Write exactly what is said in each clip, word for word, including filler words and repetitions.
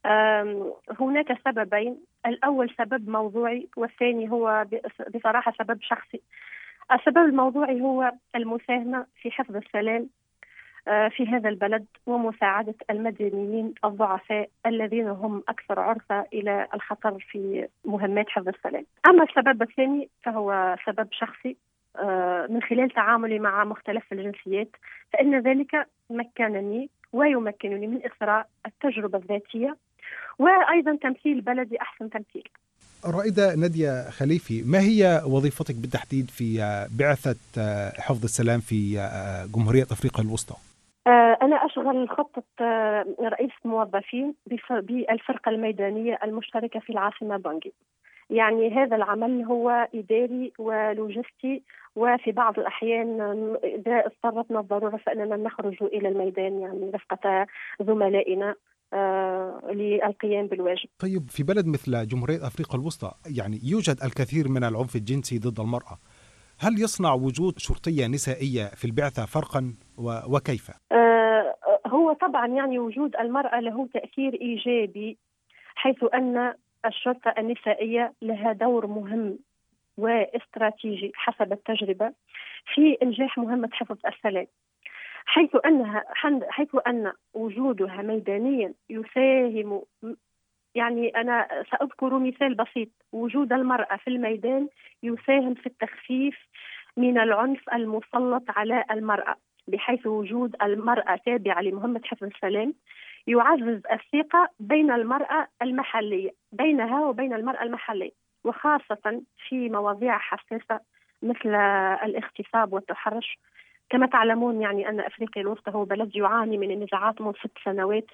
هناك سببين. الأول سبب موضوعي، والثاني هو بصراحة سبب شخصي. السبب الموضوعي هو المساهمة في حفظ السلام في هذا البلد ومساعدة المدنيين الضعفاء الذين هم أكثر عرضة إلى الخطر في مهمات حفظ السلام. أما السبب الثاني فهو سبب شخصي، من خلال تعاملي مع مختلف الجنسيات، فإن ذلك مكنني ويمكنني من إثراء التجربة الذاتية وأيضا تمثيل بلدي أحسن تمثيل. الرائدة نادية خليفي، ما هي وظيفتك بالتحديد في بعثة حفظ السلام في جمهورية أفريقيا الوسطى؟ أنا أشغل خطة رئيس موظفين بالفرقة الميدانية المشتركة في العاصمة بانجي. يعني هذا العمل هو إداري ولوجستي، وفي بعض الأحيان إذا اضطرتنا الضرورة فإننا نخرج إلى الميدان يعني رفقة زملائنا آه للقيام بالواجب. طيب، في بلد مثل جمهورية أفريقيا الوسطى يعني يوجد الكثير من العنف الجنسي ضد المرأة، هل يصنع وجود شرطية نسائية في البعثة فرقا وكيف؟ آه هو طبعا يعني وجود المرأة له تأثير إيجابي، حيث أن الشرطة النسائية لها دور مهم واستراتيجي حسب التجربة في إنجاح مهمة حفظ السلام، حيث أنها حيث أن وجودها ميدانيا يساهم. يعني أنا سأذكر مثال بسيط: وجود المرأة في الميدان يساهم في التخفيف من العنف المسلط على المرأة، بحيث وجود المرأة تابعة لمهمة حفظ السلام يعزز الثقة بين المرأة المحلية بينها وبين المرأة المحلية، وخاصة في مواضيع حساسة مثل الاغتصاب والتحرش. كما تعلمون يعني أن أفريقيا الوسطى هو بلد يعاني من النزاعات منذ ست سنوات،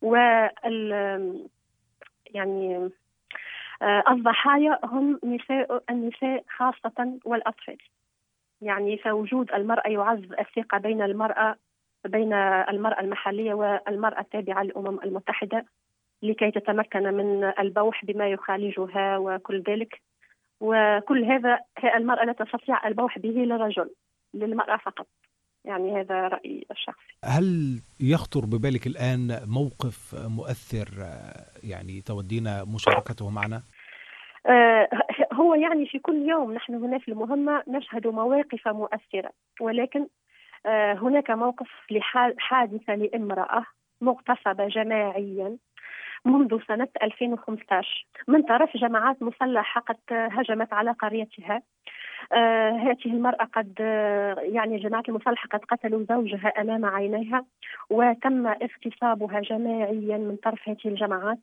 وال يعني الضحايا هم نساء النساء خاصة والأطفال. يعني فوجود المرأة يعزز الثقة بين المرأة بين المرأة المحلية والمرأة التابعة للأمم المتحدة لكي تتمكن من البوح بما يخالجها وكل ذلك. وكل هذا المرأة لا تستطيع البوح به للرجل، للمرأة فقط. يعني هذا رأيي الشخصي. هل يخطر ببالك الآن موقف مؤثر يعني تودينا مشاركته معنا؟ آه هو يعني في كل يوم نحن هنا في المهمة نشهد مواقف مؤثرة، ولكن آه هناك موقف لحادثة لامرأة مغتصبة جماعيا منذ سنة ألفين وخمسة عشر من طرف جماعات مسلحة قد هجمت على قريتها. آه هذه المرأة قد آه يعني الجماعات المسلحة قد قتلوا زوجها أمام عينيها، وتم اغتصابها جماعيا من طرف هذه الجماعات.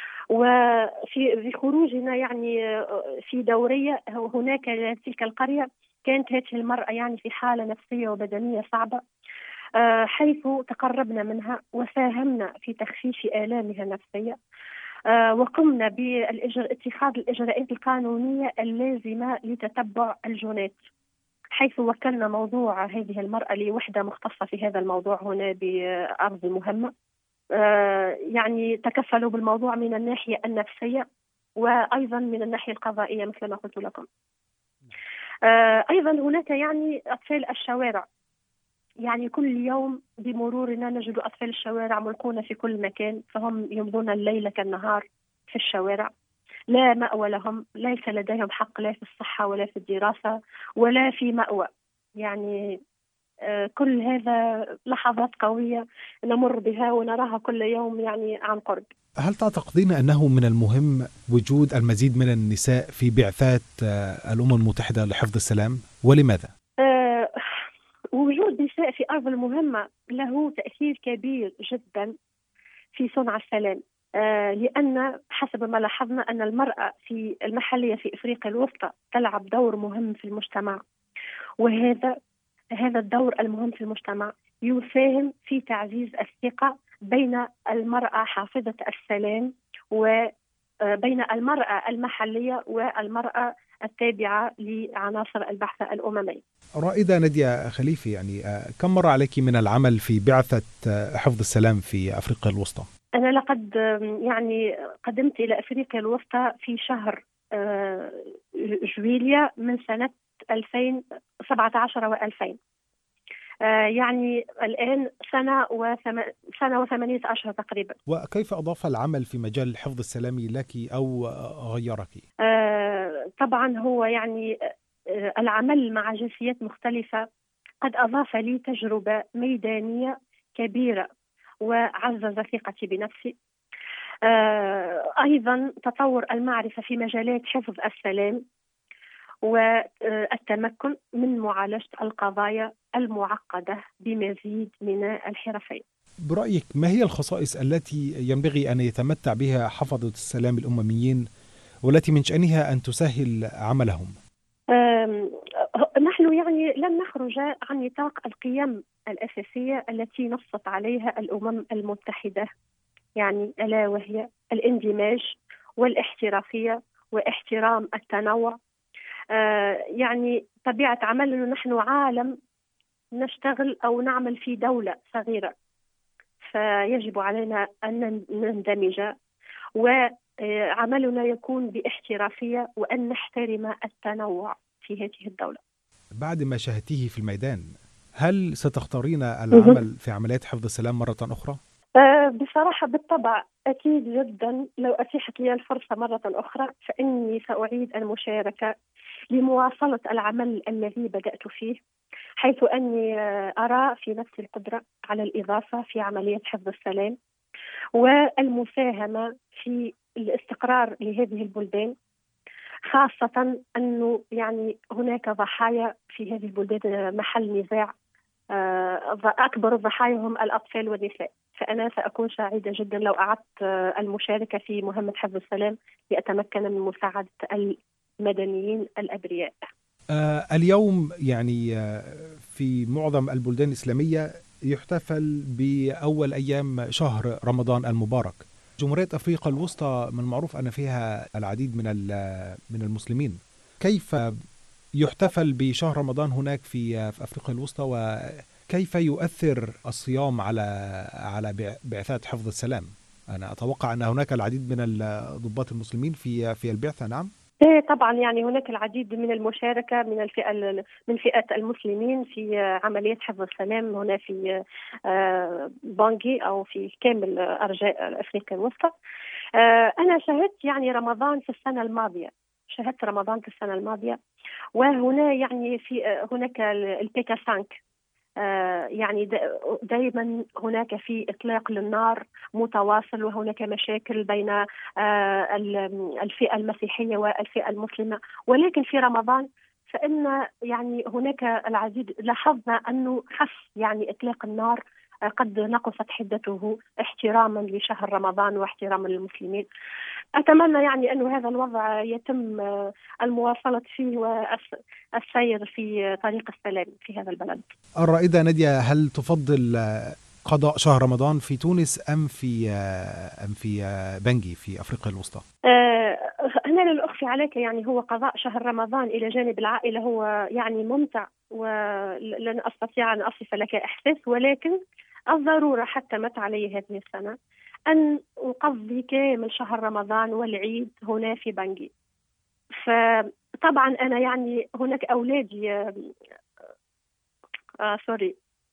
وفي خروجنا يعني في دورية هناك تلك القرية كانت هذه المرأة يعني في حالة نفسية وبدنية صعبة، حيث تقربنا منها وساهمنا في تخفيف آلامها النفسية، وقمنا باتخاذ الإجراءات القانونية اللازمة لتتبع الجنات، حيث وكلنا موضوع هذه المرأة لوحدة مختصة في هذا الموضوع هنا بأرض المهمة. يعني تكفلوا بالموضوع من الناحية النفسية وأيضا من الناحية القضائية مثل ما قلت لكم. أيضا هناك يعني أطفال الشوارع، يعني كل يوم بمرورنا نجد أطفال الشوارع ملقون في كل مكان، فهم يمضون الليل كالنهار في الشوارع، لا مأوى لهم، ليس لديهم حق لا في الصحة ولا في الدراسة ولا في مأوى. يعني كل هذا لحظات قوية نمر بها ونراها كل يوم يعني عن قرب. هل تعتقدين أنه من المهم وجود المزيد من النساء في بعثات الأمم المتحدة لحفظ السلام، ولماذا؟ أه وجود نساء في أرض المهمة له تأثير كبير جدا في صنع السلام، أه لأن حسب ما لاحظنا أن المرأة في المحلية في إفريقيا الوسطى تلعب دور مهم في المجتمع، وهذا هذا الدور المهم في المجتمع يساهم في تعزيز الثقة بين المرأة حافظة السلام وبين المرأة المحلية والمرأة التابعة لعناصر البحث الأممي. رائدة نادية خليفي، يعني كم مرة عليك من العمل في بعثة حفظ السلام في أفريقيا الوسطى؟ أنا لقد يعني قدمت إلى أفريقيا الوسطى في شهر جويليا من سنة ألفين وسبعة عشر وألفين. يعني الآن سنة وثم... سنة وثمانية أشهر تقريبا. وكيف أضاف العمل في مجال الحفظ السلامي لك أو غيرك؟ آه طبعا هو يعني آه العمل مع جنسيات مختلفة قد أضاف لي تجربة ميدانية كبيرة وعزز ثقتي بنفسي. آه أيضا تطور المعرفة في مجالات حفظ السلام والتمكن من معالجة القضايا المعقدة بمزيد من الحرفية. برأيك ما هي الخصائص التي ينبغي أن يتمتع بها حفظة السلام الأمميين والتي من شأنها أن تسهل عملهم؟ نحن يعني لن نخرج عن نطاق القيم الأساسية التي نصت عليها الأمم المتحدة، يعني ألا وهي الاندماج والاحترافية واحترام التنوع. آه يعني طبيعة عملنا نحن عالم نشتغل أو نعمل في دولة صغيرة، فيجب علينا أن نندمج وعملنا يكون باحترافية وأن نحترم التنوع في هذه الدولة. بعد ما شاهدتيه في الميدان، هل ستختارين العمل في عمليات حفظ السلام مرة أخرى؟ أه بصراحة بالطبع أكيد جدا، لو أتيحت لي الفرصة مرة أخرى فإني سأعيد المشاركة لمواصلة العمل الذي بدأت فيه، حيث أني أرى في نفسي القدرة على الإضافة في عملية حفظ السلام والمساهمة في الاستقرار لهذه البلدان، خاصة أنه يعني هناك ضحايا في هذه البلدان محل نزاع، أكبر الضحايا هم الأطفال والنساء. فأنا سأكون سعيدة جدا لو أعدت المشاركة في مهمة حفظ السلام لأتمكن من مساعدة المدنيين الأبرياء. آه اليوم يعني آه في معظم البلدان الإسلامية يحتفل بأول أيام شهر رمضان المبارك. جمهورية أفريقيا الوسطى من المعروف أن فيها العديد من من المسلمين. كيف يحتفل بشهر رمضان هناك في في أفريقيا الوسطى، وكيف يؤثر الصيام على على بعثات حفظ السلام؟ أنا أتوقع أن هناك العديد من الضباط المسلمين في في البعثة. نعم. إيه طبعا، يعني هناك العديد من المشاركة من الفئة من فئات المسلمين في عملية حفظ السلام هنا في بانجي أو في كامل أرجاء أفريقيا الوسطى. أنا شاهدت يعني رمضان في السنة الماضية، شاهدت رمضان في السنة الماضية، وهنا يعني في هناك البيكا خمسة، يعني دائما هناك في إطلاق للنار متواصل، وهناك مشاكل بين الفئة المسيحية والفئة المسلمة. ولكن في رمضان فإن يعني هناك العديد، لاحظنا أنه خف يعني إطلاق النار، قد نقصت حدته احتراما لشهر رمضان واحتراما للمسلمين. أتمنى يعني أن هذا الوضع يتم المواصلة فيه والسير في طريق السلام في هذا البلد. الرائدة نادية، هل تفضل قضاء شهر رمضان في تونس أم في أم في بنجي في أفريقيا الوسطى؟ أنا لا أخفي عليك، يعني هو قضاء شهر رمضان إلى جانب العائلة هو يعني ممتع، ولن أستطيع أن أصف لك إحساس، ولكن الضرورة حتمت علي هذه السنة أن أقضي كامل شهر رمضان والعيد هنا في بنجي. فطبعا أنا يعني هناك أولادي آه سوري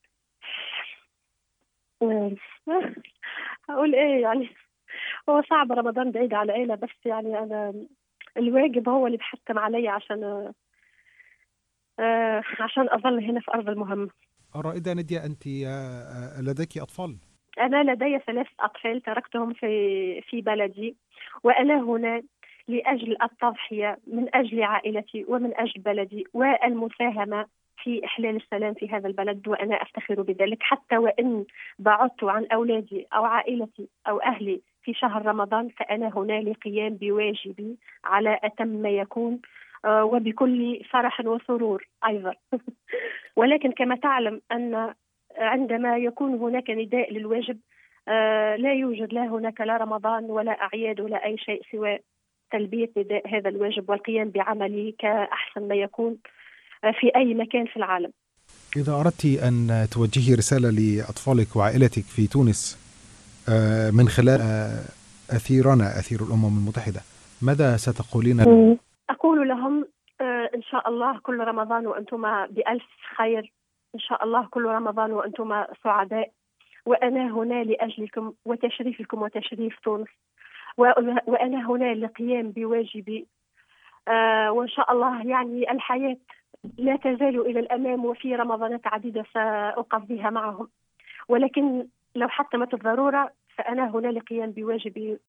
أقول إيه، يعني هو صعب رمضان بعيد على العيلة، بس يعني أنا الواجب هو اللي بحكم علي عشان آه عشان أظل هنا في أرض المهمة. الرائدة نادية، أنت لديك أطفال؟ أنا لدي ثلاث أطفال تركتهم في في بلدي، وأنا هنا لأجل التضحية من أجل عائلتي ومن أجل بلدي والمساهمة في إحلال السلام في هذا البلد، وأنا أفتخر بذلك. حتى وإن بعدت عن أولادي أو عائلتي أو أهلي في شهر رمضان فأنا هنا لقيام بواجبي على أتم ما يكون، وبكل فرح وسرور أيضا. ولكن كما تعلم أن عندما يكون هناك نداء للواجب لا يوجد لا هناك لا رمضان ولا أعياد ولا أي شيء سوى تلبية نداء هذا الواجب والقيام بعملي كأحسن ما يكون في أي مكان في العالم. إذا أردت أن توجهي رسالة لأطفالك وعائلتك في تونس من خلال أثيرنا أثير الأمم المتحدة، ماذا ستقولين لهم؟ أقول لهم إن شاء الله كل رمضان وأنتم بألف خير، إن شاء الله كل رمضان وأنتم سعداء، وأنا هنا لأجلكم وتشريفكم وتشريف تونس، وأنا هنا للقيام بواجبي. آه وإن شاء الله يعني الحياة لا تزال إلى الأمام، وفي رمضانات عديدة سأقضيها معهم، ولكن لو حتمت الضرورة فأنا هنا لقيام بواجبي